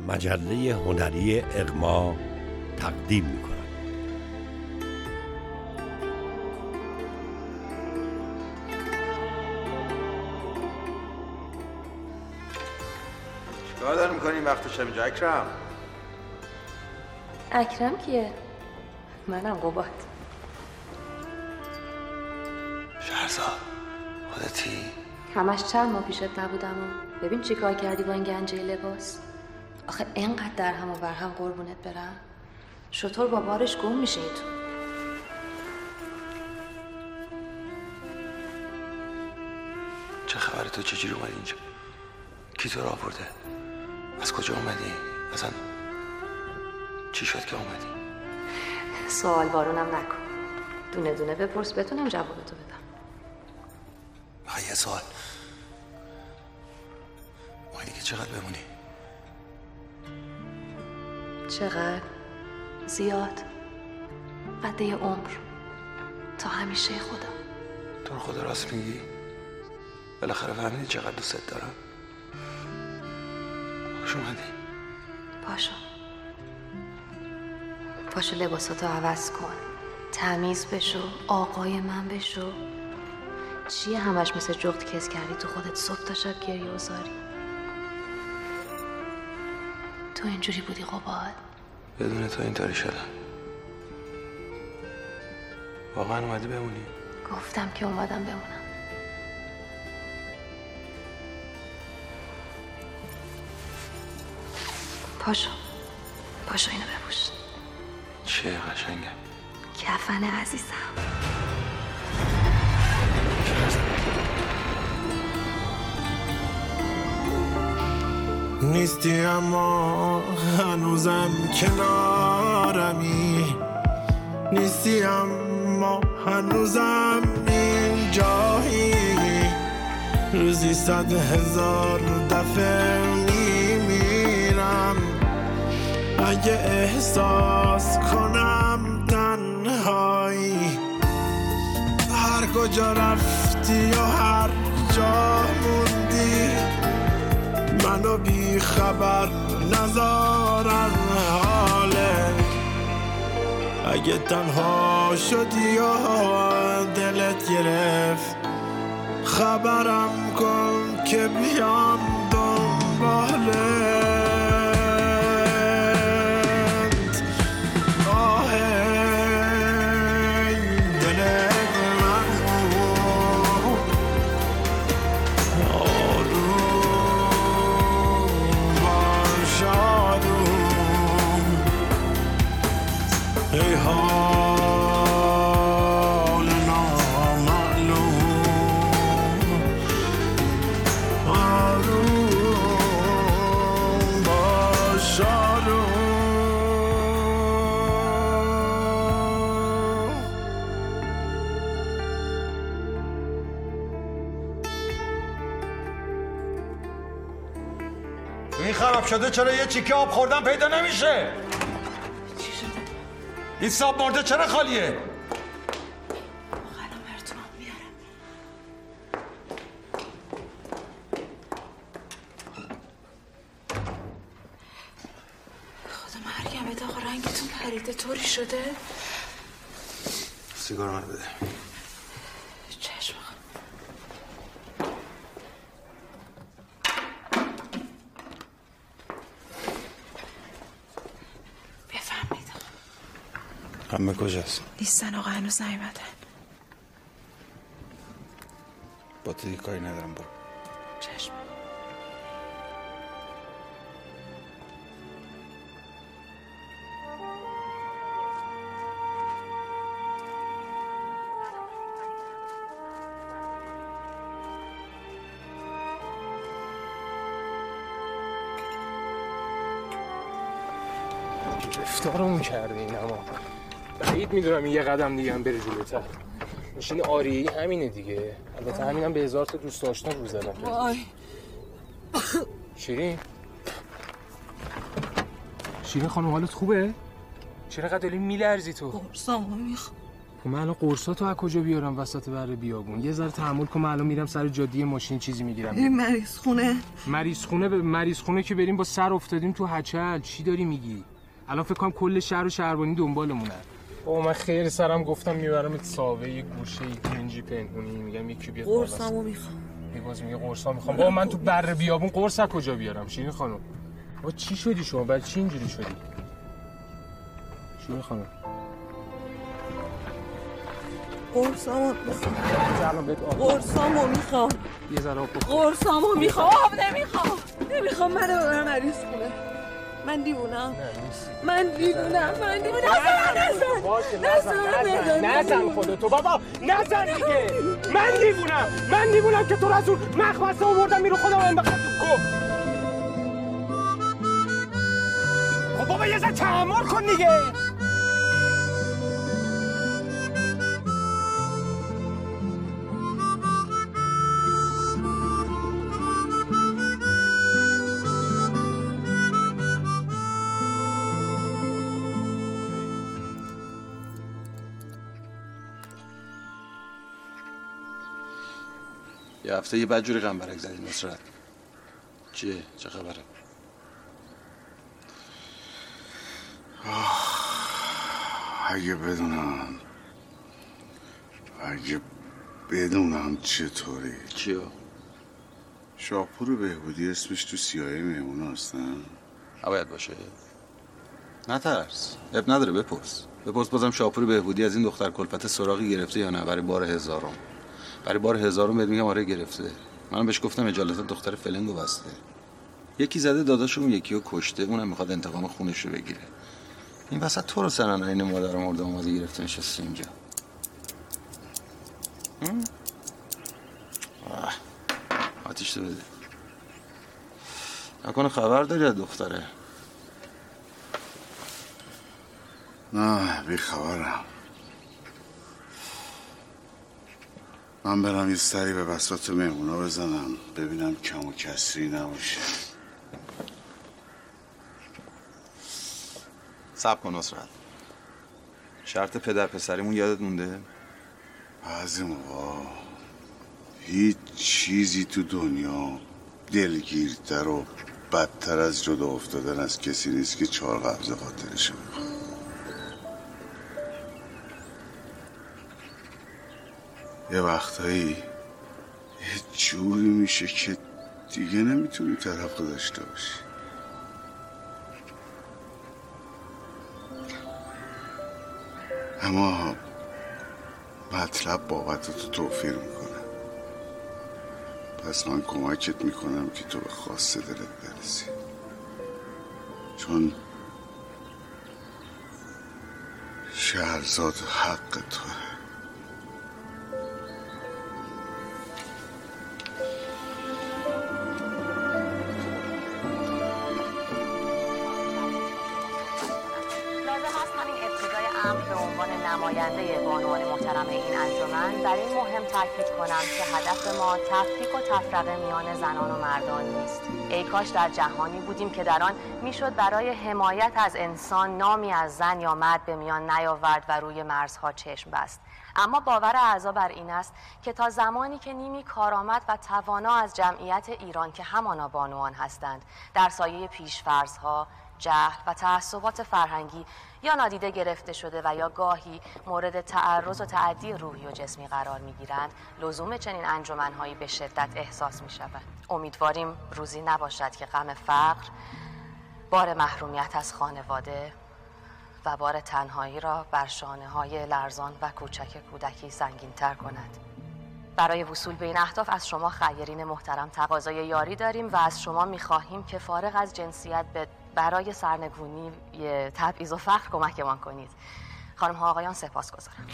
مجله هنری اغما تقدیم می‌کند. چیکار داری می‌کنی وقتش اینجا اکرم؟ اکرم کیه؟ منم قباد. شهرزاد خودتی؟ همش چند ماه پیشت نبودم ببین چی کار کردی با این گنجه لباس. آخه اینقدر در هم و بر هم قربونت برم. شطور با بارش گم میشه این تو. چه خبره؟ تو چجوری اومدی اینجا؟ کی تو رو آورده؟ از کجا اومدی؟ اصلا چی شد که اومدی؟ سوال وارونم نکن. دونه دونه بپرس بتونم جوابتو بدم. یه سوال. اومدی که چقدر بمونی؟ چقدر؟ زیاد. قده عمر. تا همیشه خدا. تو رو خدا راست میگی؟ بالاخره فهمیدی چقدر دوستت دارم؟ خوش اومدی. پاشو لباساتو عوض کن. تمیز بشو. آقای من بشو. چیه همش مثل جغد کس کردی تو خودت صبح تا شب گریه و زاری؟ تو اینجوری بودی قباد؟ بدون تو اینطوری شدم. واقعا اومدی بمونی؟ گفتم که اومدم بمونم. پاشو اینو بپوش. چه قشنگه. کفن عزیزم. نیستی اما هنوزم کنارمی، نیستی اما هنوزم اینجایی، روزی 100,000 دفعه میمیرم اگه احساس کنم تنهایی. هر کجا رفتی و هر جا موندی منو بی خبر نذار از حاله. اگه تنها شدی و دلت گرفت خبرم کن که بیام دنبالت. ای حال نامعلوم آروم باش آروم. این خراب شده چرا یه چیکه آب خوردن پیدا نمیشه؟ این ساب مرده چرا خالیه؟ الان براتون آب میارم. خدا مرگمت آقا رنگتون پریده طوری شده؟ سیگار من بده. چشم آقا. بفهمید آقا. همه کجاست؟ نیستن آقا هنوز نیومدن. با تو دیگه کاری ندارم برو. چشم. گرفتارمون کرده این اما بعید میدونم این یه قدم دیگه هم بره جلوتر. نشین آریایی همینه دیگه. البته همینم به 1000 تا دوست آشنا رو زدن. وای شیرین خانم حالت خوبه؟ چرا قد داری میلرزی تو؟ قرصامو میخوام. من الان قرصاتو از کجا بیارم وسط بر بیابون؟ یه ذره تحمل کن، من الان میرم سر جاده ماشین چیزی میگیرم. این مریض خونه که بریم با سر افتادیم تو هچل. چی داری میگی؟ الان فکر کنم کل شهر و شهربانی دنبالمونن. بابا من خیر سرم گفتم میبرمت ساوه یه گوشه ای کنجی پنهونی، میگم یکی بیاد قرصامو میخوام. باز میگه قرصا میخوام. بابا من تو بر بیابون قرص از کجا بیارم شیرین خانم؟ بابا چی شدی شما؟ برای چی اینجوری شدی؟ شیرین خانم قرصامو میخوام. الان بهت آب. قرصامو میخوام. یه ذره آب بخور. قرصامو میخوام. آب نمیخوام. منو ببر مریض خونه. من دیوونم. نزن خودتو بابا، نزن دیگه. من دیوونم که تو رو از اون مخمسه آوردم میرو خودم انداختم تو کو. خب بابا یه ذره تحمل کن دیگه. یه هفته یه بدجوری غمبرک زدی نصرت. چیه؟ چه خبره؟ اگه بدونم چطوری. چیو؟ شاپور بهبودی اسمش تو سیاهی مهمون هست نه؟ باید باشه. نترس، اب نداره، بپرس بازم شاپور بهبودی از این دختر کلفت سراغی گرفته یا نه؟ برای بار هزارم بهت میگم آره گرفته. من بهش گفتم اجالت دختر فلنگو بسته. یکی زده داداش اون یکیو کشته، اونم میخواد انتقام خونش رو بگیره. این وسط تو رو سنن این مادر مرده اومده گرفته نشسته اینجا. آتیش تو بده. نکنه خبر داری از دختره؟ نه بی خبرم. من برم یه سری به بساط مهمونا بزنم ببینم کم و کسری نباشه. صبر کن نصرت. شرط پدر پسریمون یادت مونده؟ بعضی موقع هیچ چیزی تو دنیا دلگیرتر و بدتر از جدا افتادن از کسی نیست که 4 قبض خاطرشو میخواد. یه وقتایی یه جوری میشه که دیگه نمیتونی توقع داشته باشی. اما مطلب بابت تو توفیر میکنه. پس من کمکت میکنم که تو به خواست دلت برسی. چون شهرزاد حق توه. نماینده بانوان محترم این انجمن در این مهم تاکید کنم که هدف ما تفکیک و تفرقه میان زنان و مردان نیست. ای کاش در جهانی بودیم که در آن میشد برای حمایت از انسان نامی از زن یا مرد به میان نیاورد و روی مرزها چشم بست. اما باور اعضا بر این است که تا زمانی که نیمی کارآمد و توانا از جمعیت ایران که همانا بانوان هستند در سایه پیش‌فرض‌ها، جهل و تعصبات فرهنگی یا نادیده گرفته شده و یا گاهی مورد تعرض و تعدی روحی و جسمی قرار می‌گیرند، لزوم چنین انجمن‌هایی به شدت احساس می‌شود. امیدواریم روزی نباشد که غم فقر، بار محرومیت از خانواده و بار تنهایی را بر شانه‌های لرزان و کوچک کودکی سنگین‌تر کند. برای وصول به این اهداف از شما خیرین محترم تقاضای یاری داریم و از شما می‌خواهیم که فارغ از جنسیت برای سرنگونی تبعیض و فقر کمکمان کنید. خانم ها آقایان سپاسگزارم.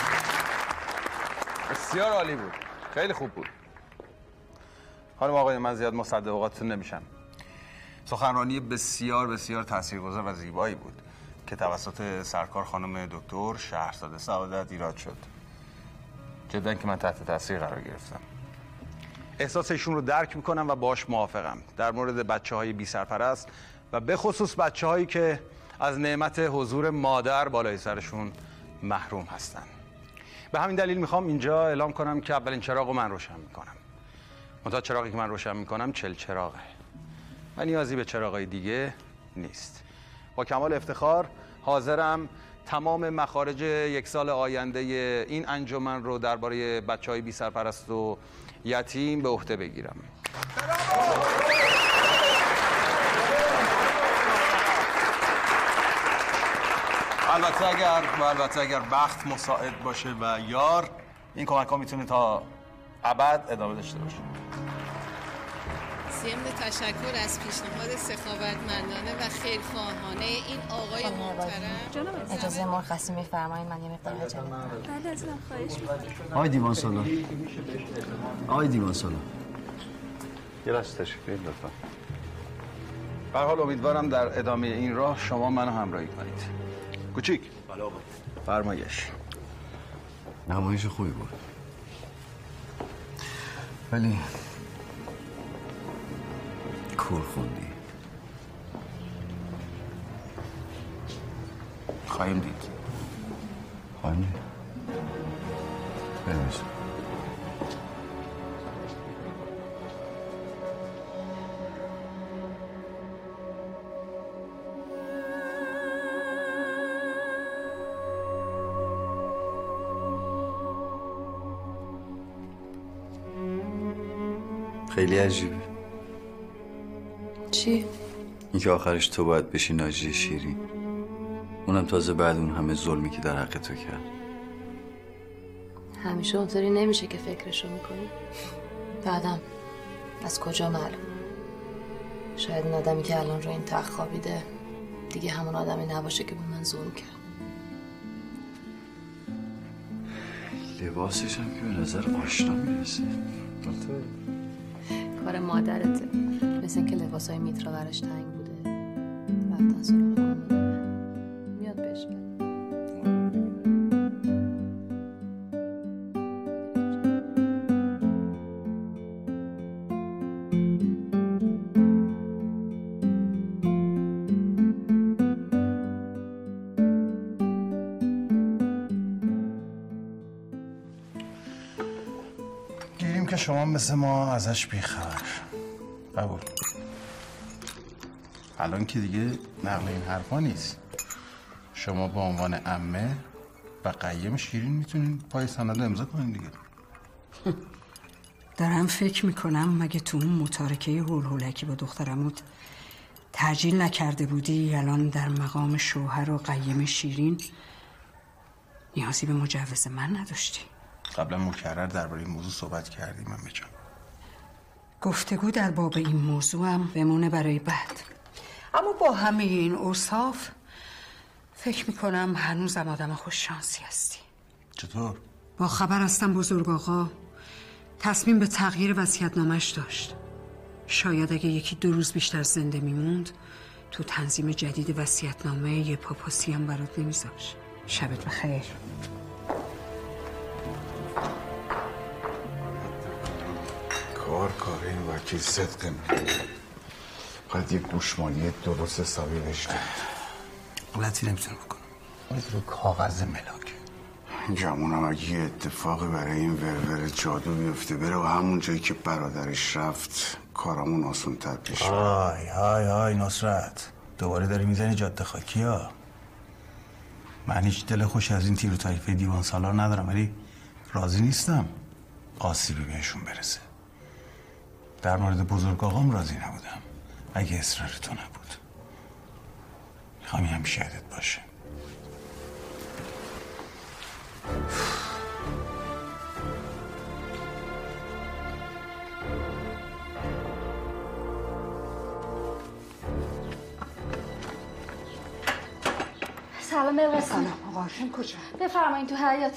بسیار عالی بود. خیلی خوب بود. خانم آقایان من زیاد مصدق اوقاتتون نمیشم. سخنرانی بسیار بسیار تاثیرگذار و زیبایی بود که توسط سرکار خانم دکتر شهرزاد سعادت ایراد شد. جدا که من تحت تاثیر قرار گرفتم. احساسشون رو درک میکنم و باش موافقم در مورد بچه‌های بی سرپرست و به خصوص بچه‌هایی که از نعمت حضور مادر بالای سرشون محروم هستن. به همین دلیل میخوام اینجا اعلام کنم که اولین چراغ رو من روشن میکنم. منتها چراغی که من روشن میکنم 40 چراغه و نیازی به چراغای دیگه نیست. با کمال افتخار حاضرم تمام مخارج 1 سال آینده این انجمن رو درباره بچهای بی سرپرست و یتیم به عهده بگیرم. البته اگر بخت مساعد باشه و یار، این کمک‌ها میتونه تا ابد ادامه داشته باشه. ضمن تشکر از پیشنهاد سخاوتمندانه و خیرخواهانه این آقای محترم. اجازه مرخصی میفرمایید من یه مقدار عجله دارم. بله ازم خواهش می‌کنم. آقای دیوان سالار، آقای دیوان سالار، یه لحظه تشریف بیارید لطفا. به هر حال امیدوارم در ادامه این راه شما منو همراهی کنید. کوچیک. بله آقا. فرمایش. نمایش خوبی بود. ولی کور خوندی. خواهیم دید. خواهیم دید. بنویس. خیلی عجیبه. چی؟ اینکه آخرش تو باید بشی ناجی شیرین، اونم تازه بعد اون همه ظلمی که در حق تو کرد. همیشه اونطوری نمیشه که فکرشو میکنی. بعدم از کجا معلوم؟ شاید این آدمی که الان رو این تخت خوابیده دیگه همون آدمی نباشه که به من ظلم کرد. لباسش هم که به نظر آشنا میرسه. کار مادرته. مثل اینکه لباسای میترا برش تنگ بوده، رفتن سراغ کمونه. میاد بهش گیریم که شما مثل ما ازش بیخبر. قبول. الان که دیگه نقل این حرفا نیست. شما به عنوان عمه و قیم شیرین میتونین پای سند امضا کنین دیگه. دارم فکر میکنم مگه تو اون متارکه هول-هولکی با دخترموت تعجیل نکرده بودی الان در مقام شوهر و قیم شیرین نیازی به مجوز من نداشتی. قبلا مکرر درباره این موضوع صحبت کردیم عمه جان. گفتگو در باب این موضوع هم بمونه برای بعد. اما با همه این اوصاف فکر میکنم هنوزم آدم خوش شانسی هستی. چطور؟ با خبر هستم بزرگ آقا تصمیم به تغییر وصیت‌نامه‌اش داشت. شاید اگه 1-2 روز بیشتر زنده میموند تو تنظیم جدید وصیت‌نامه یه پاپاسی هم برات نمیذاشت. شبت بخیر. کار این وکیل صدق میگه. باید یه گوشمالی درست حسابی بهش کرد. غلطی نمیتونه بکنم. باید رو کاغذ ملاک. گمونم اگه یه اتفاقی برای این ورور جادو بیفته بره و همون جایی که برادرش رفت کارامون آسان تر پیش. های نصرت، دوباره داری میزنی جاده خاکی ها. من هیچ دل خوش از این تیر و طایفه دیوان سالار ندارم، ولی راضی نیستم آسیبی بهشون برسه. در مورد بزرگ آقام راضی نبودم اگه اصرار تو نبود. میخوام این همیشه یادت باشه. سلام بلقیس. سلام آقا هاشم کجا؟ بفرمایین تو حیاط.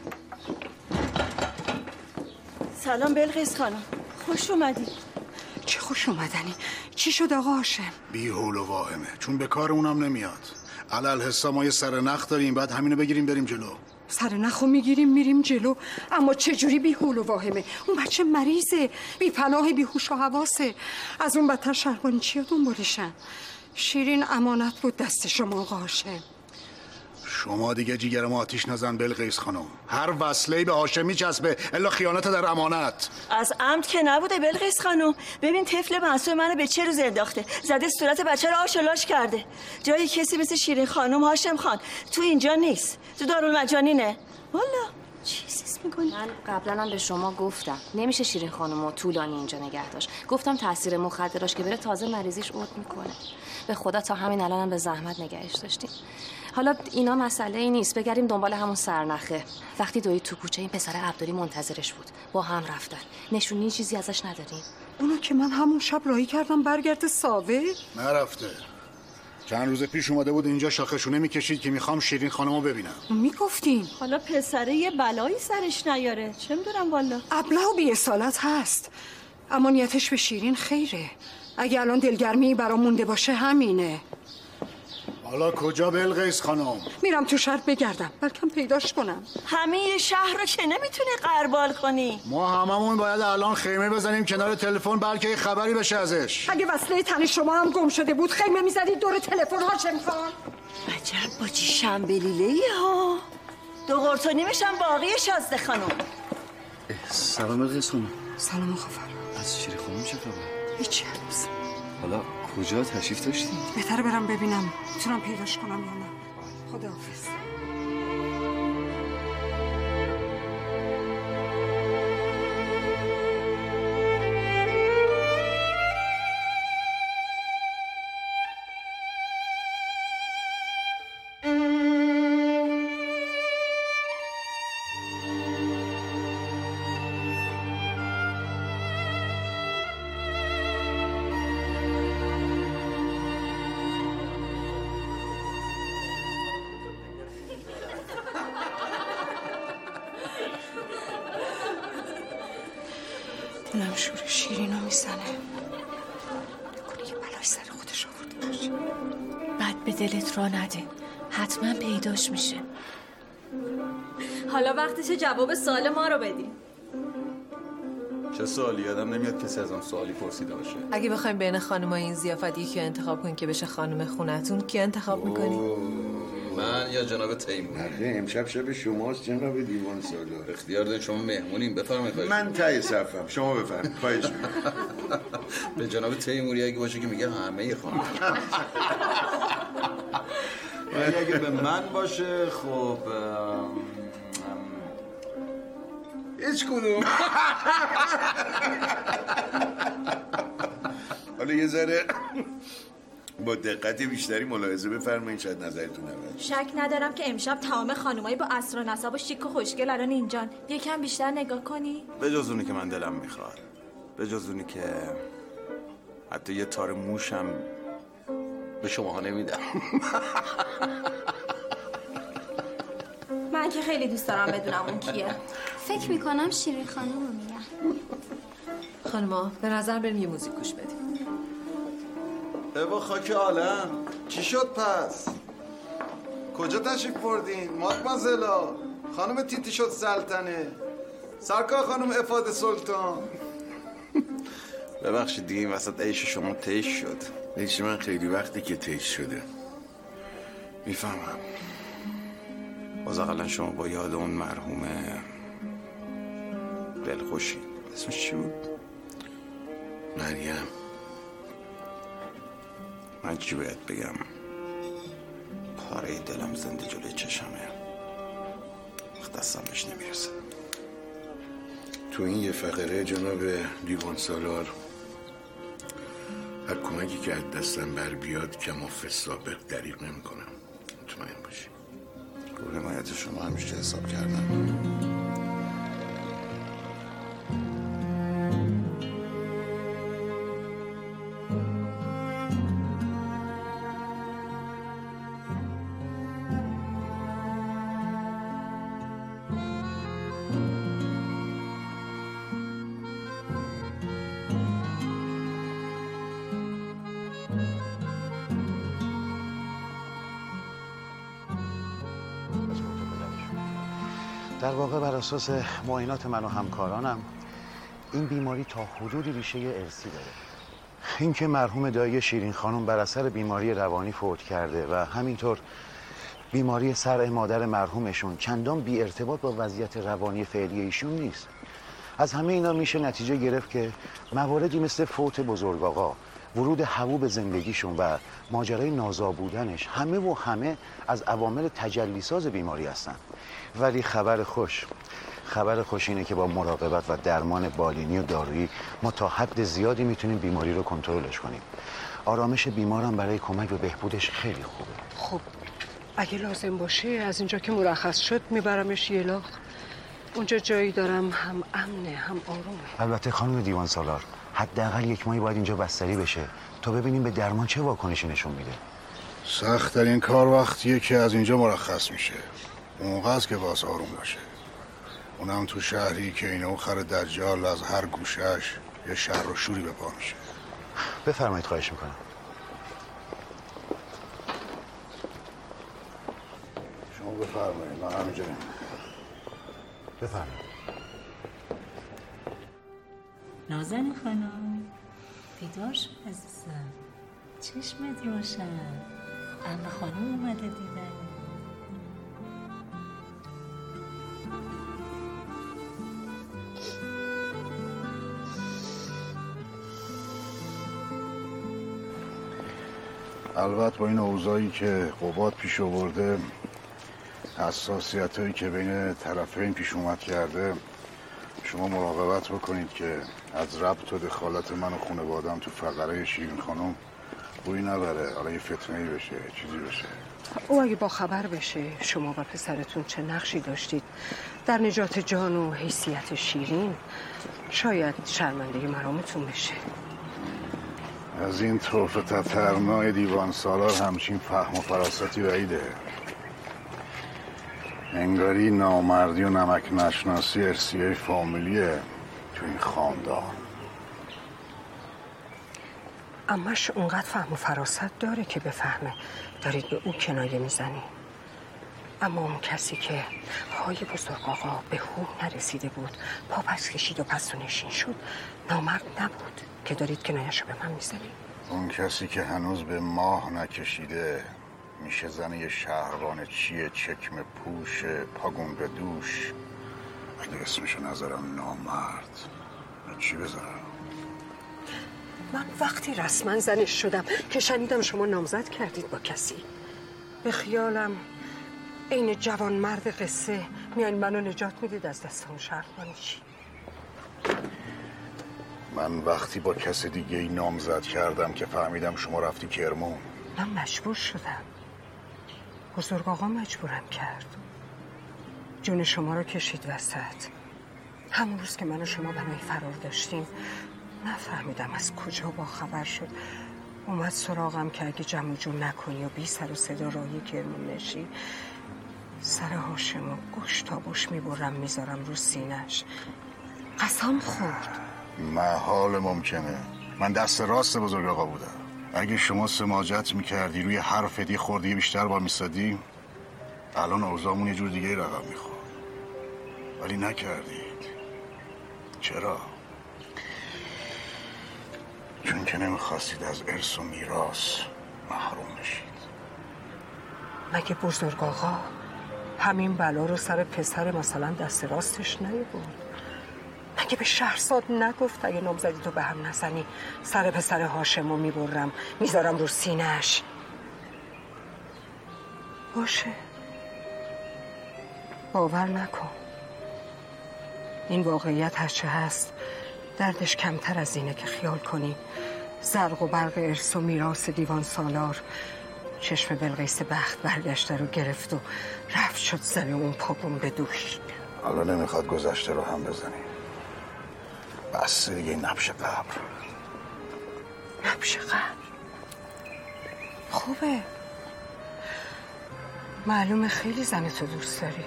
سلام بلقیس خانم، خوش اومدی. چه خوش اومدنی؟ چی شد آقا هاشم؟ بی حول و واهمه، چون به کار اونم نمیاد. علل حسا ما یه سر نخ داریم، بعد همینو بگیریم بریم جلو. سر نخو میگیریم میریم جلو، اما چجوری بی حول و واهمه؟ اون بچه مریضه، بی پناه، بی هوش و حواسه. از اون بدتر شهربانی چیا دنبالشن؟ شیرین امانت بود دست شما آقا هاشم. شما دیگه جیگر ما آتیش نزن بلقیس خانم. هر وصله‌ای به هاشم میچسبه الا خیانت در امانت. از عمد که نبوده بلقیس خانم. ببین طفل معصوم منو به چه روز انداخته، زده صورت بچه رو آش و لاش کرده. جای کسی مثل شیرین خانم هاشم خان تو اینجا نیست، تو دارالمجانینه. والا چیزیست میکنی؟ من قبلا هم به شما گفتم نمیشه شیرین خانومو طولانی اینجا نگه داشت. گفتم تاثیر مخدراش که بره تازه مریضیش عود میکنه. به خدا تا همین الانم به زحمت نگهش داشتیم. حالا اینا مسئله ای نیست، بگردیم دنبال همون سرنخه. وقتی دوید تو کوچه این پسر عبدالی منتظرش بود، با هم رفتن. نشونی چیزی ازش نداریم؟ اونو که من همون شب راهی کردم برگرده ساوه. نرفته. چند روز پیش اومده بود اینجا شاخشونه میکشید که میخوام شیرین خانمو ببینم. میگفتین حالا پسره یه بلایی سرش نیاره، چه میدونم والا. ابله و بی‌اصالت هست، اما نیتش به شیرین خیره. اگه الان دلگرمی برام مونده باشه همینه. حالا کجا بلقیس خانم؟ میرم تو شهر بگردم، بلکم پیداش کنم. همه یه شهر رو که نمیتونی قربال کنی. ما هممون باید الان خیمه بزنیم کنار تلفن بلکه یه خبری بشه ازش. اگه وصله تن شما هم گم شده بود خیمه میزدید دور تلفن هاشم خان. عجب با چی شنبلیله ها. 2 قرص و نیمش هم باقی شازده خانم. سلام بلقیس خانم. سلام خفر. از شیرین خانم چه خبر؟ هیچ هنوز. حالا کجا تشریف داشتی؟ بهتره برم ببینم میتونم پیداش کنم یا نه. خداحافظ. دلم شور شیرینو میزنه. نکنه یه بلای سر خودش آورده باشه. بعد به دلت را نده، حتما پیداش میشه. حالا وقتشه جواب سوال ما رو بدیم. چه سوالی؟ آدم نمیاد کسی از اون سوالی پرسیده باشه. اگه بخوایم بین خانمای این ضیافت یکی انتخاب کنین که بشه خانم خونتون، کی انتخاب میکنی؟ من یا جناب تیمور؟ نه امشب شب شماست جناب دیوان سالار. اختیار دارین، شما مهمونین، بفرمایید. من ته صفم، شما بفرمایید. خواهش می‌کنم. به جناب تیموری اگه باشه که میگه همه خانم. ولی اگه به من باشه خب هیچ کدوم. حالا یه ذره با دقت بیشتری ملاحظه بفرمایید، شاید نظرتون نبره. شک ندارم که امشب تمام خانمایی با عصر و نسب و شیک و خوشگل الان اینجان. یکم بیشتر نگاه کنی. به جز اونی که من دلم میخواد، به جز اونی که حتی یه تار موشم به شماها نمیدم. من که خیلی دوست دارم بدونم اون کیه. فکر میکنم شیرین خانم رو میگم. خانما به نظر بریم یه موزیک گوش بدیم. با خاک عالم چی شد پس؟ کجا تشریف بردین؟ مادمازلا خانم تیتی شد سلطنه، سرکار خانم افاده سلطان. ببخشید دیگه این وسط عیش شما تیش شد. عیش من خیلی وقتی که تیش شده. میفهمم. باز اقلا شما با یاد اون مرحومه دلخوشی. اسمش چی بود؟ مریم. من چی باید بگم؟ پاره دلم زنده جلوی چشمه، وقت دستم بهش نمیرسه. تو این یه فقره جناب دیوان سالار هر کمکی که از دستم بر بیاد کم و فسابق دریغ نمی کنم، مطمئن باشی. رو حمایت شما همیشه حساب کردم. در واقع بر اساس معاینات من و همکارانم این بیماری تا حدودی ریشه ارثی داره. اینکه مرحوم دایی شیرین خانم بر اثر بیماری روانی فوت کرده و همینطور بیماری صرع مادر مرحومشون چندان بی ارتباط با وضعیت روانی فعلی ایشون نیست. از همه اینا میشه نتیجه گرفت که مواردی مثل فوت بزرگ آقا، ورود هوو به زندگیشون و ماجرای نازا بودنش همه از عوامل تجلیساز بیماری هستن. ولی خبر خوش اینه که با مراقبت و درمان بالینی و دارویی ما تا حد زیادی میتونیم بیماری رو کنترلش کنیم. آرامش بیمارم برای کمک به بهبودش خیلی خوبه. خب اگه لازم باشه از اینجا که مرخص شد میبرمش یلا. اونجا جایی دارم هم امنه هم آرومه. البته خانم دیوان سالار، حداقل 1 ماهی باید اینجا بستری بشه تا ببینیم به درمان چه واکنشی نشون میده. سخت ترین کار وقتیه که از اینجا مرخص میشه. اون موقع است که باز آروم باشه. اونم تو شهری که این اخر دجال از هر گوشش یه شر و شوری به پا میشه. بفرمایید، خواهش میکنم. شما بفرمایید، من همینجا بفرمایید. نازنین خانم بیدار شو عزیزم، چشمت روشن. عمه خانم اومده دیدن. البته با این اوضاعی که قباد پیش آورده، حساسیتایی که بین طرفین پیش اومد کرده، شما مراقبت بکنید که از ربط و دخالت من و خانواده‌ام تو فقره شیرین خانم بوی نبره. حالا یه فتنه‌ای بشه، چیزی بشه. او اگه با خبر بشه شما و پسرتون چه نقشی داشتید در نجات جان و حیثیت شیرین، شاید شرمنده مرامتون بشه. از این طرف تترنای دیوان سالار همچین فهم و فراستی بعیده. انگاری نامردی و نمک نشناسی ارثیه فامیلیه تو این خاندان. امش اونقدر فهم و فراست داره که بفهمه دارید به او کنایه میزنی. اما اون کسی که پای بزرگ آقا به هو نرسیده بود، پا پس کشید و پس و نشین شد، نامرد نبود که دارید کنایه‌شو به من میزنی. اون کسی که هنوز به ماه نکشیده میشه زن یه شهروان چیه، چکم پوش، پاگون به دوش. اگه اسمشو نذارم نامرد، چی بذارم؟ من وقتی رسما زنش شدم که شنیدم شما نامزد کردید با کسی، به خیالم این جوان مرد قصه میان منو نجات میدید از دست اون شهروانی. چی؟ من وقتی با کس دیگه ای نامزد کردم که فهمیدم شما رفتی کرمون. من مجبور شدم. بزرگ آقا مجبورم کرد. جون شما رو کشید وسط. همون روز که من و شما برای فرار داشتیم نفهمیدم از کجا با خبر شد. اومد سراغم که اگه جمع جون نکنی و بی سر و صدا راهی کرمون نشی، سر هاشم و گوش تا گوش میبرم میذارم رو سینش. قسم خورد. محال ممکنه. من دست راست بزرگ آقا بودم. اگه شما سماجت میکردی روی حرفت یه خورده بیشتر با میستدی، الان اوضاعمون یه جور دیگه رقم میخورد. ولی نکردید. چرا؟ چون که نمیخواستید از ارث و میراث محروم بشید. مگه بزرگ آقا همین بلا رو سر پسر مثلا دست راستش نیاورد؟ مگه به شهرزاد نگفت اگه نامزدی تو به هم نزنی سر پسر هاشمو میبرم میذارم رو سینه‌اش؟ باشه، باور نکن. این واقعیت هرچه هست دردش کمتر از اینه که خیال کنی زرق و برق ارث و میراث دیوان سالار چشم بلقیس بخت برگشته رو گرفت و رفت شد زن اون پاگون به دوش. حالا نمیخواد گذشته رو هم بزنی. بس دیگه نبش قبر. نبش قبر خوبه. معلومه خیلی زنتو دوست داری.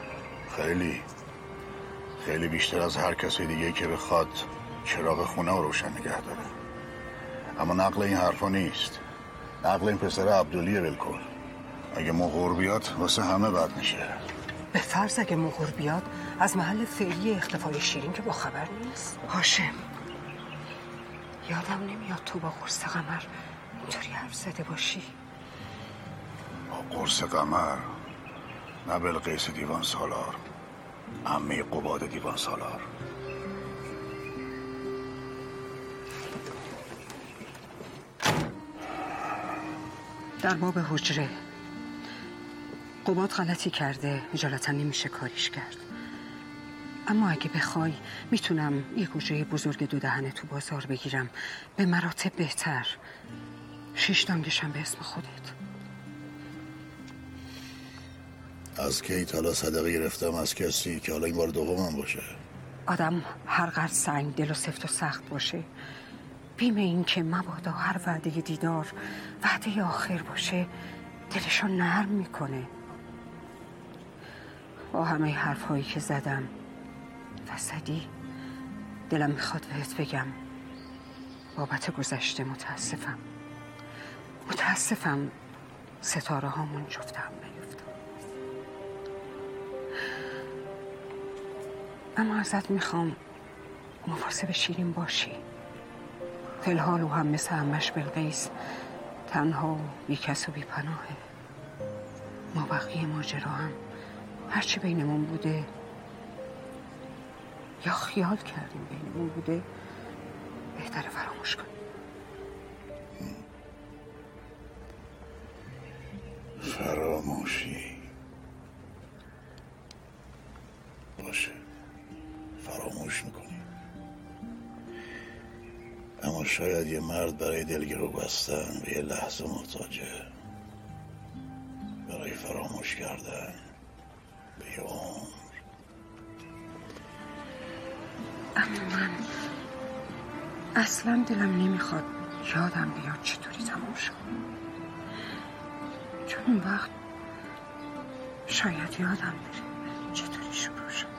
خیلی بیشتر از هر کسی دیگه که بخواد چراغ خونه رو روشن نگه داره. اما نقل این حرفا نیست. نقل این پسر عبدالیه بالکل. اگه مغور بیاد واسه همه بد میشه. به فرض اگه مغور بیاد از محل فعلی اختفای شیرین که با خبر نیست. هاشم، یادم نمیاد تو با قرص قمر اینطوری حرف زده باشی. با قرص قمر نه بلقیس دیوان سالار، عمه قباد دیوان سالار. در باب حجره قباد غلطی کرده، اجالتا نمیشه کاریش کرد. اما اگه بخوای میتونم یه حجره بزرگ 2 دهنه تو بازار بگیرم، به مراتب بهتر. 6 دانگشم به اسم خودت. از کی حالا صدقه گرفتم از کسی که حالا این بار دومم باشه؟ آدم هر قدر سنگ دل و سفت و سخت باشه، بیم این که مبادا هر وعده دیدار وعده آخر باشه دلشو نرم میکنه. با همه حرفهایی که زدم و زدی، دلم میخواد بهت بگم بابت گذشته متاسفم ستاره هامون جفت هم نیفتم. اما ازت میخوام مواظب شیرین باشی. فی‌الحال او هم مثل عمش بلقیس تنها و بی کس و بی پناهه. ما بقیه ماجرا هم هرچی بینمون بوده یا خیال کردیم بینمون بوده بهتره فراموش کنیم. فراموشی باشه، فراموش میکنی. اما شاید یه مرد برای دلگرو بستن به یه لحظه محتاجه، برای فراموش کردن به یه عمر. اما من اصلا دلم نمیخواد یادم بیاد چطوری تموم شد، چون اون وقت شاید یادم بره چطوری شروع شد.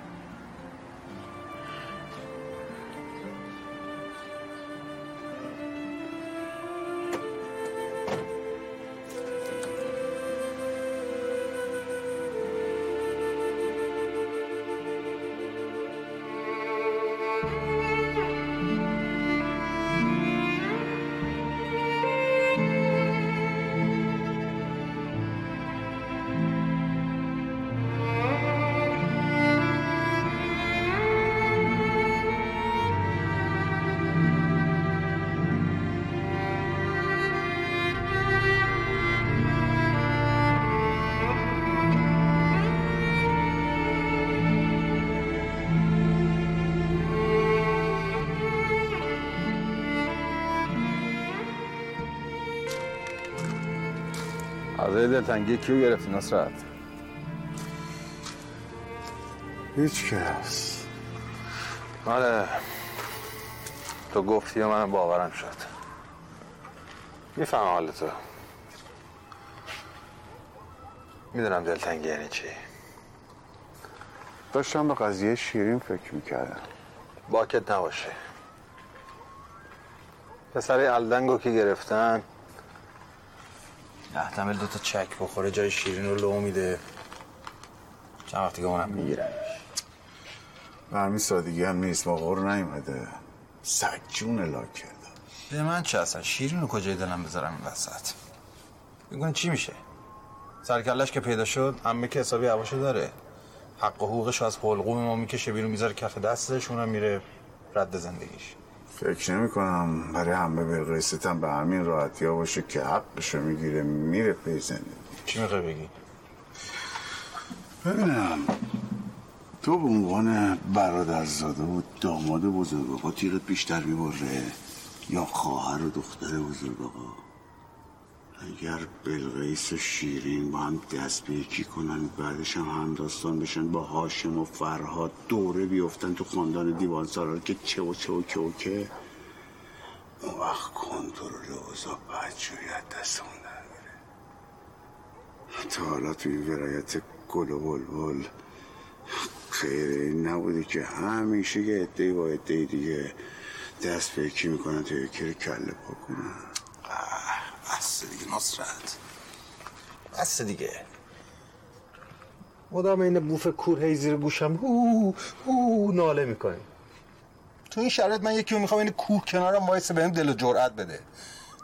عزای دلتنگی کیو گرفتی نصرت؟ هیچ کس. آره تو گفتی و منم باورم شد. میفهم حال تو. میدونم دلتنگی یعنی چی. داشتم به قضیه شیرین فکر میکردم. باکت نباشه. پسر الدنگو که گرفتن احتمال 2 تا چک بخوره جای شیرین رو لو میده. چند وقتی که اونم میگیرنش. به همین سادگی هم نیست. موقع رو نیومده سجون الاک کرده. به من چه اصلا؟ شیرین رو کجای دلم بذارم این وسط؟ میگن چی میشه؟ سرکلش که پیدا شد عمه که حسابی هواشو داره. حق و حقوقش از حلقوم ما میکشه بیرون میذاره کف دستش، اونم میره رد زندگیش. فکر نمی کنم برای همه بلقیستم به همین راحتی ها باشه که حقشو میگیره میره پی زندگی. چی میخوای بگی؟ ببینم تو به عنوان برادرزاده و داماد بزرگ آقا تیغت بیشتر میبره یا خواهر و دختر بزرگ آقا؟ اگر بلقیس و شیرین با هم دست به یکی کنن بعدش هم همداستان بشن با هاشم و فرهاد دوره بیفتن تو خاندان دیوان سالار که چه و چه و که و که، اون وقت کنترل اوضاع بدجوری از دستمون در میره. تا حالا تو این ولایت گل و بلبل خیره این نبوده که همیشه یه عده‌ای با عده‌ای دیگه دست به یکی میکنن تا یکی رو کله پا کنن. بس دیگه نصرت، بس دیگه. مدام این بوف کور هی زیر گوشم هو ناله میکنی. تو این شرایط من یکی رو میخوام این کور کنارم وایسه بهم دل و جرأت بده.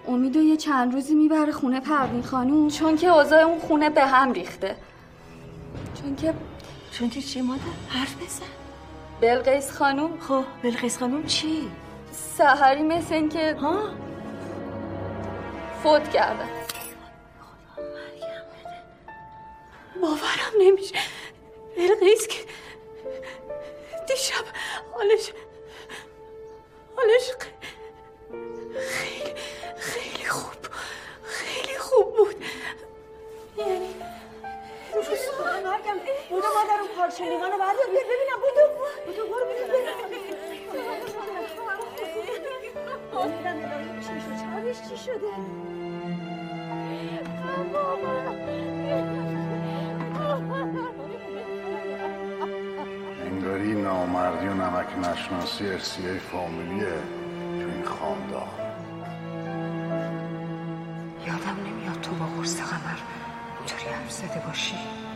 امیدو یه چند روزی میبره خونه پروین خانوم، چون که اوضاع اون خونه به هم ریخته. چون که چی مادر؟ حرف بزن. بلقیس خانوم. خب بلقیس خانوم چی؟ سحری مثل این که فوت کردن. باورم نمیشه. بلقیس که دیشب حالش خیلی خوب بود. یعنی مرگم بودو مادر اون پارچه لیوانو بردار بیار ببینم. بودو برو ببینم چی شده؟ انگاری نامردی و نمک نشناسی ارثیه فامیلیه تو این خاندان. یادم نمیاد تو با قرص قمر اینطوری حرف زده باشی.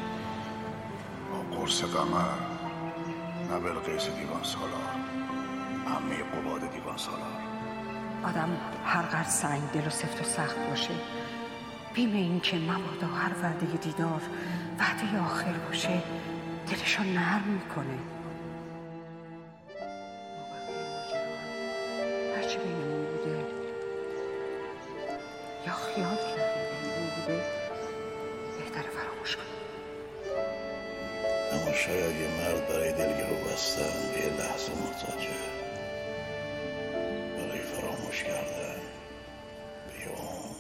با قرص قمر؟ نه بلقیس دیوان سالار، عمه قباد دیوان سالار. آدم هر قدر سنگ دل و سفت و سخت باشه، بیم این که مبادا هر وعده دیدار وعده آخر باشه دلشو نرم میکنه. هرچی بینمون بوده یا خیال کردیم بینمون بوده بهتر فراموش کنیم. اما شاید یه مرد برای دلگرو بستن به یه لحظه محتاجه، برای فراموش کردن به یه عمر.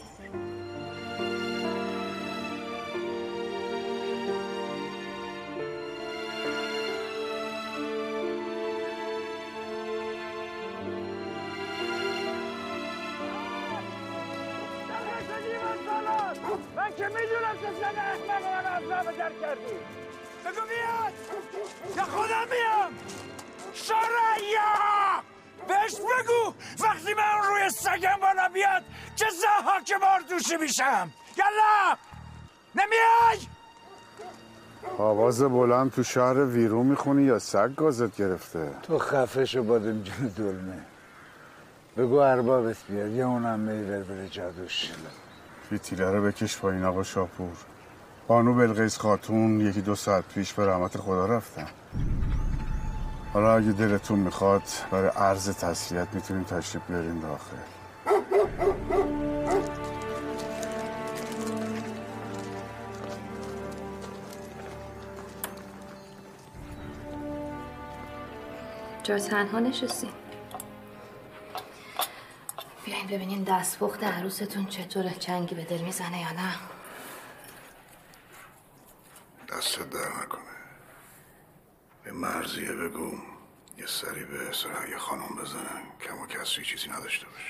من که میدونم تو زن احمق من اصلا بدر کردی. بگو میاد یا خودم میام. شرعیا بهش بگو وقتی من روی سگم بالا بیاد چه زحاک بار دوشی میشم. یالا نمیای؟ آواز بلند تو شهر ویرو میخونی یا سگ گازت گرفته؟ تو خفه شو بادم جون دلمه. بگو اربابت بیاد یا اونم میور بره جادوش. فیتیله رو بکش پایین آقا شاپور. بانو بلقیس خاتون 1-2 ساعت پیش به رحمت خدا رفتن. حالا اگه دلتون میخواد برای عرض تسلیت میتونین تشریف بیارین داخل. چرا تنها نشستین؟ بیاین ببینین دستپخت عروستون چطوره، چنگی به دل میزنه یا نه؟ دست در نکنه. به مرضیه بگو یه سری به سرای خانم بزنن کم و کسری چیزی نداشته باشه.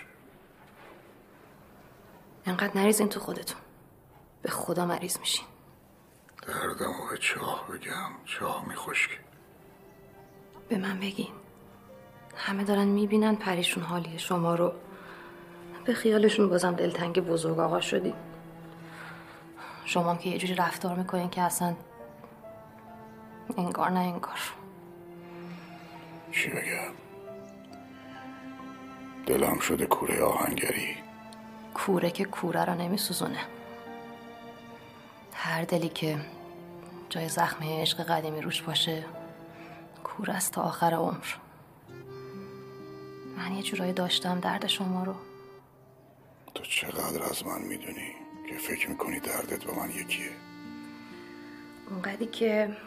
اینقدر نریزین تو خودتون، به خدا مریض میشین. دردمو به چاه بگم، چاه میخشکی. به من بگین. همه دارن میبینن پریشون حالیه شما رو، به خیالشون بازم دلتنگ بزرگ آقا شدی. شما هم که یه جوری رفتار میکنین که اصلا انگار نه انگار. چی بگم؟ دلم شده کوره آهنگری. کوره که کوره رو نمیسوزونه. هر دلی که جای زخم عشق قدیمی روش باشه کوره است تا آخر عمر. من یه جورایی داشتم درد شما رو. تو چقدر از من میدونی که فکر میکنی دردت با من یکیه؟ اونقدری که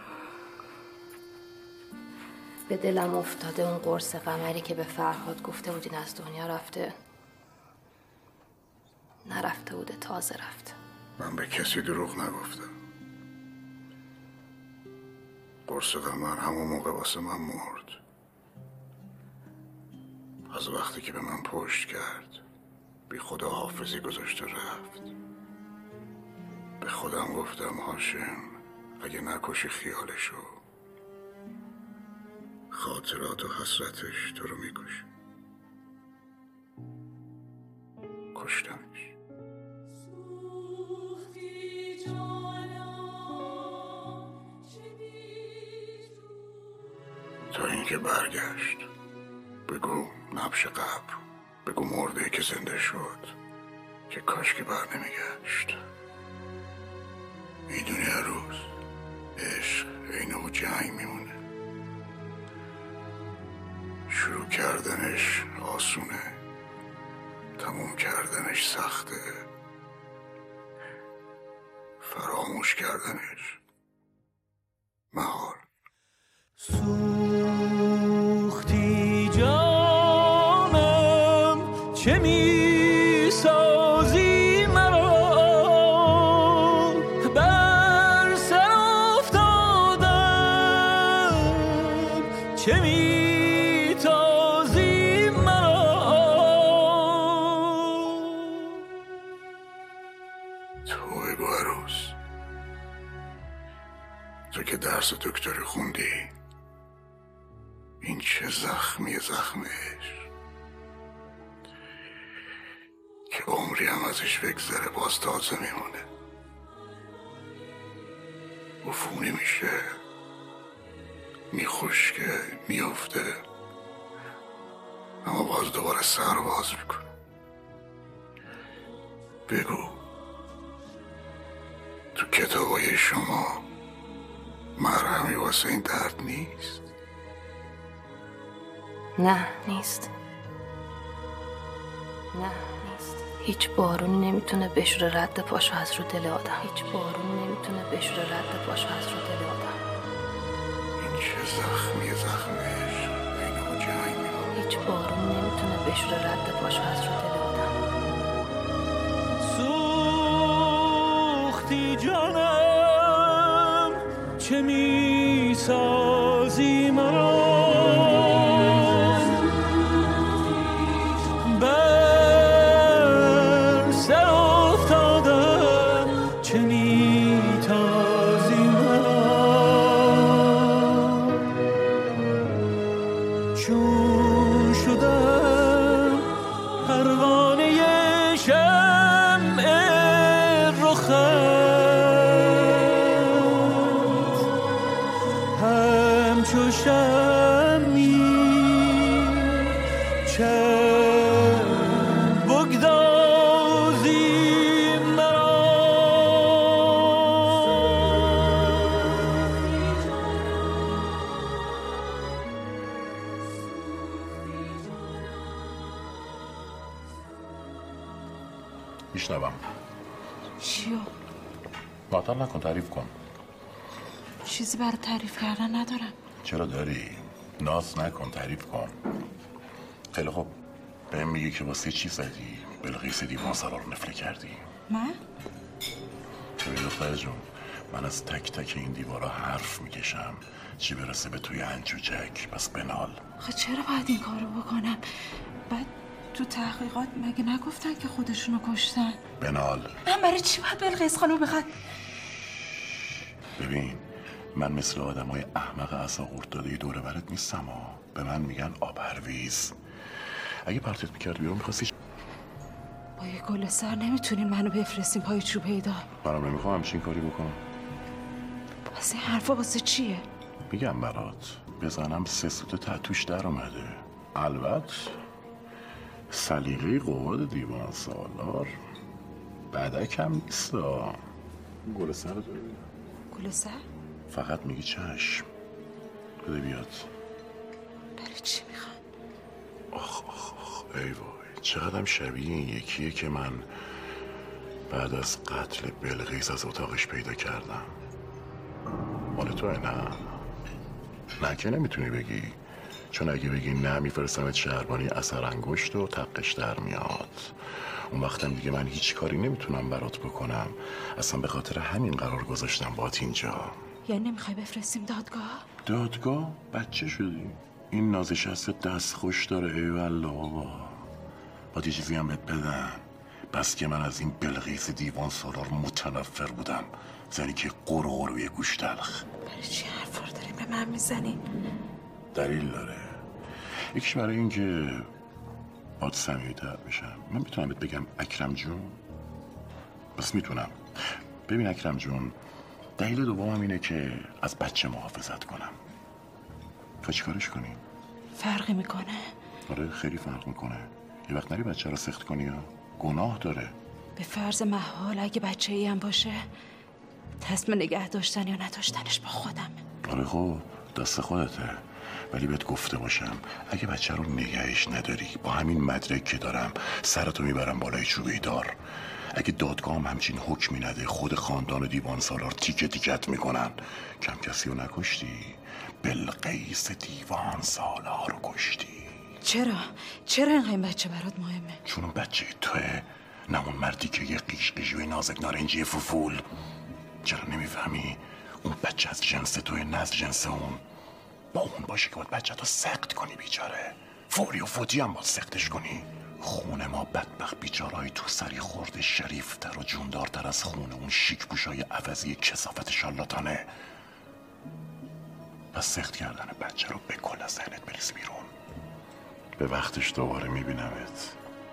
به دلم افتاده اون قرص قمری که به فرهاد گفته بودین از دنیا رفته، نرفته بوده، تازه رفته. من به کسی دروغ نگفتم. قرص قمر همون موقع واسه من مرد. از وقتی که به من پشت کرد بی خدا حافظی گذاشته رفت. به خودم گفتم هاشم اگه نکشی خیالشو، خاطرات و حسرتش تو رو میکشه. کشتمش. تا اینکه برگشت. بگو نبش قبر، بگو مرده که زنده شد، که کاش که بر نمیگشت. میدونی هر روز عشق عین و جنگ میمونه. شروع کردنش آسونه، تموم کردنش سخته، فراموش کردنش محال. سوختی جانم چه می سازی مرا، بر سر افتادم چه می تازی مرا. تو بگو عروس، تو که درس دکتری خوندی، این چه زخمش که عمری هم ازش بگذره باز تازه میمونه، عفونی میشه، میخشکه، میافته، اما باز دوباره سر باز میکنه. بگو تو کتابای شما مرهمی واسه این درد نیست؟ نه نیست. هیچ بارون نمیتونه بشوره رد پاشو از رو دل آدم. این چه زخمش اینو جنگ میمونه. هیچ بارون نمیتونه بشوره رد پاشو از رو دل آدم. سوختی جانم چه می سازی مرا، بر سر افتادم چه می تازی مرا. چون شدم پروانه شمع رخت، همچو شمی چند بگدازی مرا. میشنوم. چیو؟ معطل نکن، تعریف کن. چیزی برای تعریف کردن ندارم. چرا داری؟ ناز نکن، تعریف کن. خیلی خوب، بهم میگی که واسه چی زدی بلقیس دیوان سالار رو نفله کردی؟ من؟ ببین دختر جون، من از تک تک این دیوارا حرف میکشم، چی برسه به توی انجوجک. پس بنال. آخه چرا باید این کارو بکنم؟ بعد تو تحقیقات مگه نگفتن که خودشونو کشتن؟ بنال. من برای چی باید بلقیس خانو بخواد؟ ببین، من مثل آدمای احمق عصا قورت داده دوره برت نیستم ها. به من میگن آبرویز. اگه پرتت میکرد بیرون میخواستی با یه گل سر نمیتونین منو بفرستین پای چوب پیدا. برام نمیخوام همچین کاری بکنم. پس این حرفا واسه چیه؟ میگم برات بزنم 3 سوت تتوش در اومده. البته سلیقه قواد دیوان سالار بدک هم نیست. گل سر رو ببین. گل سر؟ فقط میگی چشم. بده بیاد. برای چی میخوان؟ آخ ای وای، چقدرم شبیه این یکیه که من بعد از قتل بلقیس از اتاقش پیدا کردم. مال توه؟ نه که نمیتونی بگی، چون اگه بگی نه میفرستمت شهربانی اثر انگشت و تقش در میاد. اون وقتم دیگه من هیچ کاری نمیتونم برات بکنم. اصلا به خاطر همین قرار گذاشتم بات اینجا. یعنی نمیخوای بفرستیم دادگاه؟ دادگاه؟ بچه شدی؟ این نازشست دست خوش داره. ای والله بابا، باید یه چیزی هم بهت بدم. بس که من از این بلقیس دیوان سالار متنفر بودم، زنی که قروی گوش تلخ. برای چی حرفا رو داری به من میزنی؟ دلیل داره. یکیش برای این که باید صمیمی‌تر بشم. من میتونم بهت بگم اکرم جون؟ بس میتونم. ببین اکرم جون، دلیل دومم اینه که از بچه محافظت کنم. تو چی کارش کنی؟ فرقی میکنه؟ آره خیلی فرق میکنه. یه وقت نری بچه رو سخت کنی ها، گناه داره. به فرض محال اگه بچه ای هم باشه تصمیم نگه داشتن یا نداشتنش با خودم. آره خب دست خودته، ولی بهت گفته باشم اگه بچه رو نگهش نداری با همین مدرک که دارم سرتو میبرم بالای چوبه دار. اگه دادگاه هم همچین حکمی نده خود خاندان و دیوان سالار تیکه تیکت میکنن. کم کسی رو نکشتی، بلقیس دیوان سالار رو کشتی. چرا اینقدر این بچه برات مهمه؟ چون اون بچه توه، نه اون مردی که یه قیش قیشوی نازک نارنجی فوفول. چرا نمیفهمی؟ اون بچه از جنس توه، نه از جنس اون. با اون باشه که باید بچه تو سخت کنی بیچاره، فوری و فوتی هم باید سختش کنی. خون ما بدبخت بیچارهای تو سری خورده شریفتر و جوندارتر از خون اون شیک پوشای عوضی کثافت شالاتانه. پس سخت کردن بچه رو بکل از ذهنت بریز بیرون. به وقتش دوباره میبینمت.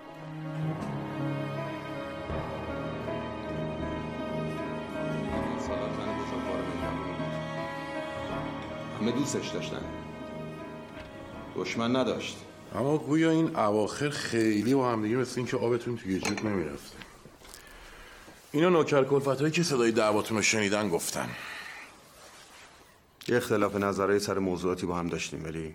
همه دوستش داشتن، دشمن نداشت. اما گویا این اواخر خیلی با هم دیگه مثل این که آبتون توی جوب نمیرفته. اینا نوکر کلفتایی که صدای دعواتون رو شنیدن گفتن. یه اختلاف نظرهای سر موضوعاتی با هم داشتیم، ولی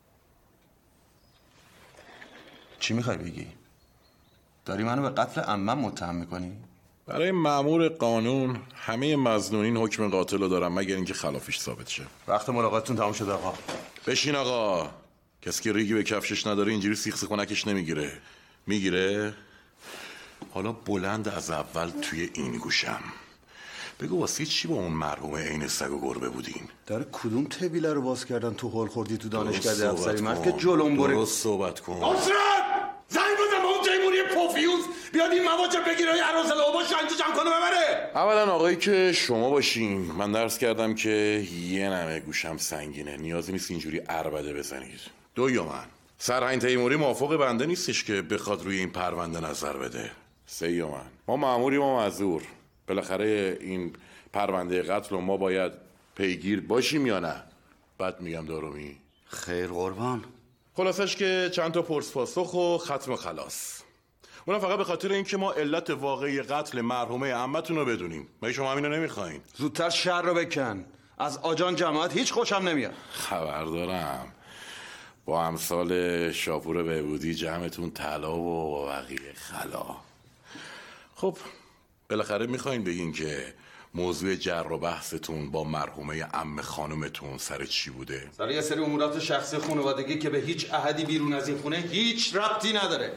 چی میخوای بگی؟ داری منو به قتل عمم متهم میکنی؟ برای مأمور قانون همه مظنونین حکم قاتل رو دارن مگر اینکه خلافش ثابت شه. وقت ملاقاتتون تمام شد آقا. بشین آقا. کسی که ریگی به کفشش نداره اینجوری سیخ سیخونکش نمیگیره. میگیره؟ حالا بلند از اول توی این گوشم بگو واسه چی با اون مرحوم عین سگ و گربه بودین؟ در کدوم طبیله رو باز کردن تو هول خوردی تو دانشکده افسری مرد که جلوم بره؟ درست صحبت کن. اسرت! زنگ بزن اون تیموری پوفیوز بیاد این مواجه بگیره یه عروس لعبا شنجه جمع کنه ببره. اولا آقایی که شما باشین من درس کردم که یه نمه گوشم سنگینه، نیازی نیست اینجوری عربده بزنید. دویومن سرهنگ تیموری موافق بنده نیستش که بخواد روی این پرونده نظر بده. سیومن ما مأموریم و معذور، بالاخره این پرونده قتل ما باید پیگیر باشیم یا نه؟ بعد میگم دارومی خیر قربان. خلاصش که چند تا پرس پاسخ و ختم خلاص. اونم فقط به خاطر اینکه ما علت واقعی قتل مرحومه عمتون رو بدونیم. مگه شما همینو نمیخواین؟ زودتر شر رو بکن. از آجان جماعت هیچ خوشم نمیاد. خبر دارم با امثال شاپور بهبودی جمعتون طلا و بقیه خلا. خب بالاخره میخواین بگین که موضوع جر و بحثتون با مرحومه عمه خانومتون سر چی بوده؟ سر یه سری امورات شخصی خانوادگی که به هیچ احدی بیرون از این خونه هیچ ربطی نداره.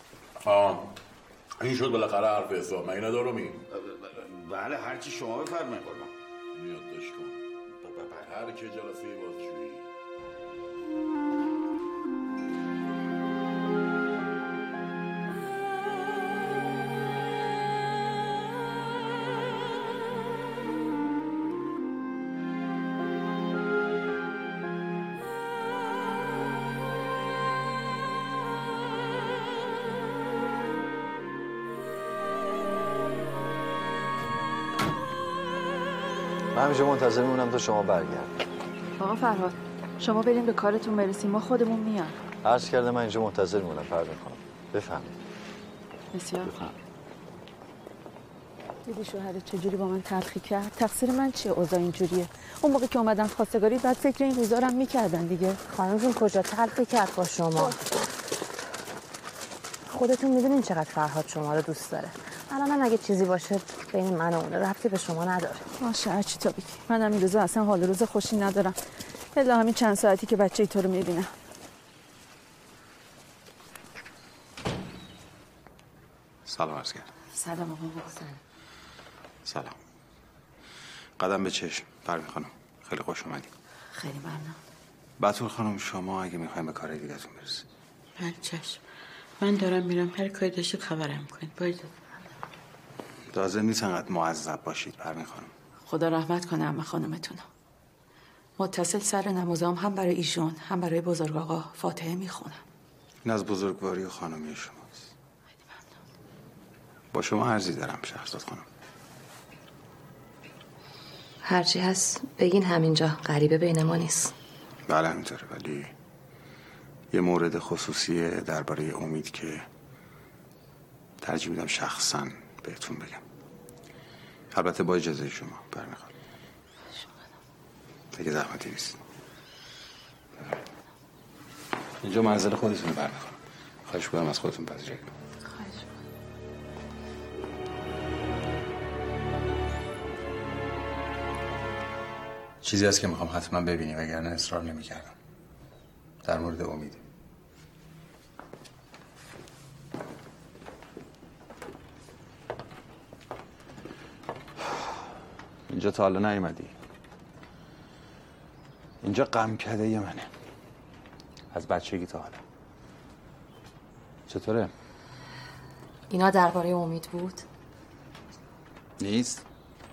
این شد بالاخره حرف حساب، مگه ندارومی؟ بله هرچی شما بفرمایید قربان. یادداشت کن هر که جلسه بازجویی من همیشه منتظر میمونم تا شما برگرد. آقا فرهاد شما بریم به کارتون برسیم، ما خودمون میان. عرض کرده من اینجا منتظر میمونم پروین خانم. بفهمید. بسیار خوب. دیدی شوهرت چجوری با من تلخی کرد؟ تقصیر من چیه اوضاع اینجوریه؟ اون موقع که اومدن خواستگاری بعد فکر این روزا رو میکردن دیگه. خانم جون کجا تلخی کرد با شما؟ خودتون میدونین چقدر فرهاد شما رو دوست داره. الان اگه چیزی باشه بین من و اونه ربطی به شما نداره. باشه هرچی تو بگی. منم این روزا اصلا حال روز خوشی ندارم. الا همین چند ساعتی که بچه تو رو میبینم. سلام عرض کردم. سلام آقا. سلام. قدم به چشم پروین خانم. خیلی خوش اومدید. خیلی ممنون. بتول خانم شما اگه میخوایم به کار دیگه‌تون برسید. بله چشم. من دارم میرم، هر کاری داشتید خبرم کنید. باید لازم نیست انقدر معذب باشید پروین خانم. خدا رحمت کنه عمه خانومتونو. متصل سر نمازام هم برای ایشون هم برای بزرگ آقا فاتحه میخونم. این از بزرگواری خانمی شماست. با شما عرضی دارم شهرزاد خانم. هرچی هست بگین همینجا، غریبه بین ما نیست. بله همینطوره، ولی یه مورد خصوصیه درباره امید که ترجیح میدم شخصا بهتون بگم. البته با اجازه شما برمیخواد. دیگه زحمتی نیست. اینجا منزل خودتون برمیخواد. خواهش کنم از خودتون پذیرایی کنید. چیزی هست که میخوام حتما ببینی وگرنه اصرار نمیکردم. در مورد امید. اینجا تا حالا نیومدی. اینجا غمکده منه از بچگی تا حالا. چطوره؟ اینا درباره امید بود؟ نیست؟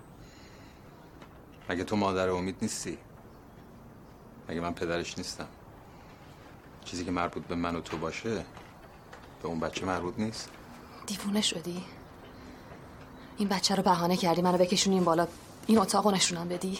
مگه تو مادر امید نیستی؟ مگه من پدرش نیستم؟ چیزی که مربوط به من و تو باشه به اون بچه مربوط نیست؟ دیوونه شدی؟ این بچه رو بهانه کردی منو بکشونی این بالا این اتاقو نشونم بدی؟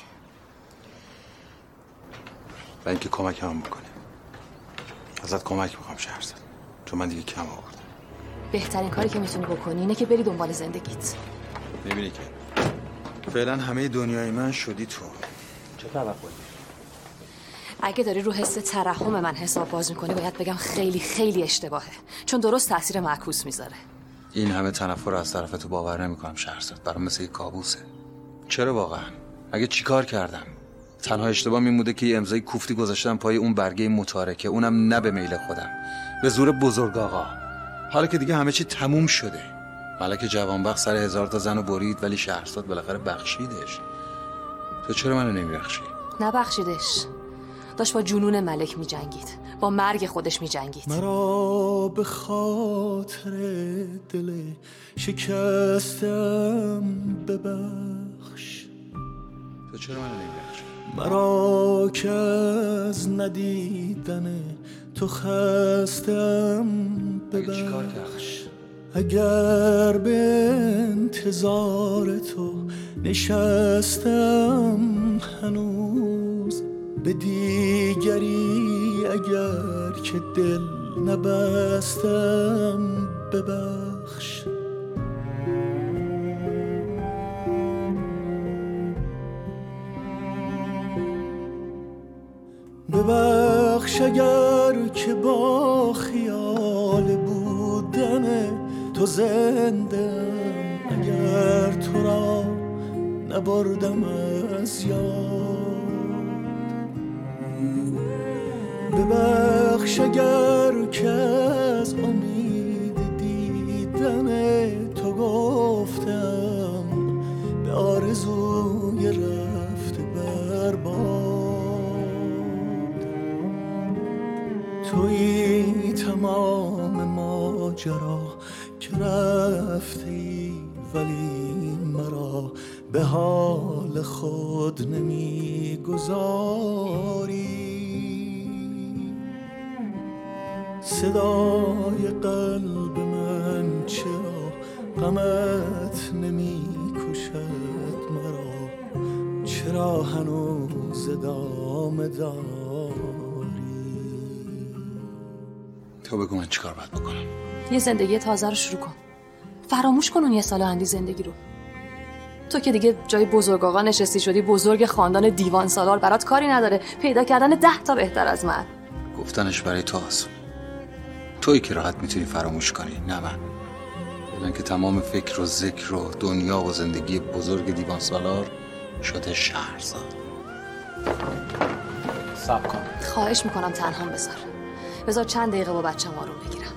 و اینکه کمک هم بکنه. ازت کمک میخوام شهرزاد، چون من دیگه کم آوردم. بهترین کاری که میتونی بکنی اینه که بری دنبال زندگیت. میبینی که فعلا همه دنیای من شدی تو. چه توقعی؟ اگه داری رو حس ترحم من حساب باز میکنی باید بگم خیلی خیلی اشتباهه، چون درست تاثیر معکوس میذاره. این همه تنفر از طرف تو باور نمیکنم شهرزاد. برام مثل یک کابوسه. چرا واقعا؟ مگه چیکار کردم؟ تنها اشتباه میموده که یه امضای کوفتی گذاشتم پای اون برگه متارکه، اونم نه به میل خودم، به زور بزرگ آقا. حالا که دیگه همه چی تموم شده. ملک جوانبخت سر 1000 تا زنو برید ولی شهرزاد بالاخره بخشیدش. تو چرا منو نمیبخشی؟ نبخشیدش. داشت با جنون ملک میجنگید، با مرگ خودش میجنگید. مرا به خاطر دل شکستم ببخش. تو چرا منو نمیبخشی؟ مرا که از ندیدن تو خستم ببخش. اگر به انتظار تو نشستم هنوز، به دیگری اگر که دل نبستم ببخش. ببخش اگر که با خیال بودن تو زنده، اگر تو را نبردم از یاد. ببخش اگر که از امید دیدن تو گفتم به آرزوی رفته برباد. تویی تمام ماجرا که رفتی ولی مرا به حال خود نمیگذاری. صدای قلب من چرا غمت نمی کشد مرا؟ چرا هنوز ادامه داری؟ تو بگو من چیکار باید بکنم؟ یه زندگی تازه رو شروع کن. فراموش کن اون یه سال اندی زندگی رو. تو که دیگه جای بزرگ آقا نشستی شدی بزرگ خاندان دیوان سالار، برات کاری نداره پیدا کردن 10 تا بهتر از من. گفتنش برای تو آسون. تویی که راحت میتونی فراموش کنی، نه من. بدون که تمام فکر و ذکر و دنیا و زندگی بزرگ دیوان سالار شده شهرزاد. صبر کن. خواهش میکنم تنهام بذار چند دقیقه با بچه‌م آروم بگیرم.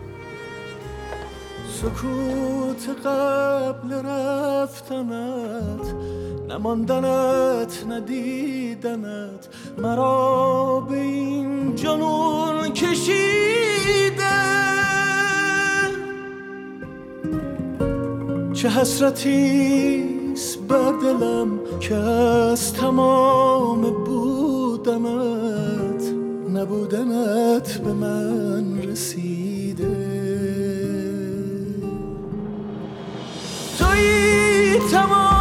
سکوت قبل رفتنت، نماندنت ندیدنت، مرا به این جنون کشیده. چه حسرتیست بر دلم که از تمام بودنت نبودنت به من رسیده. تویی تمام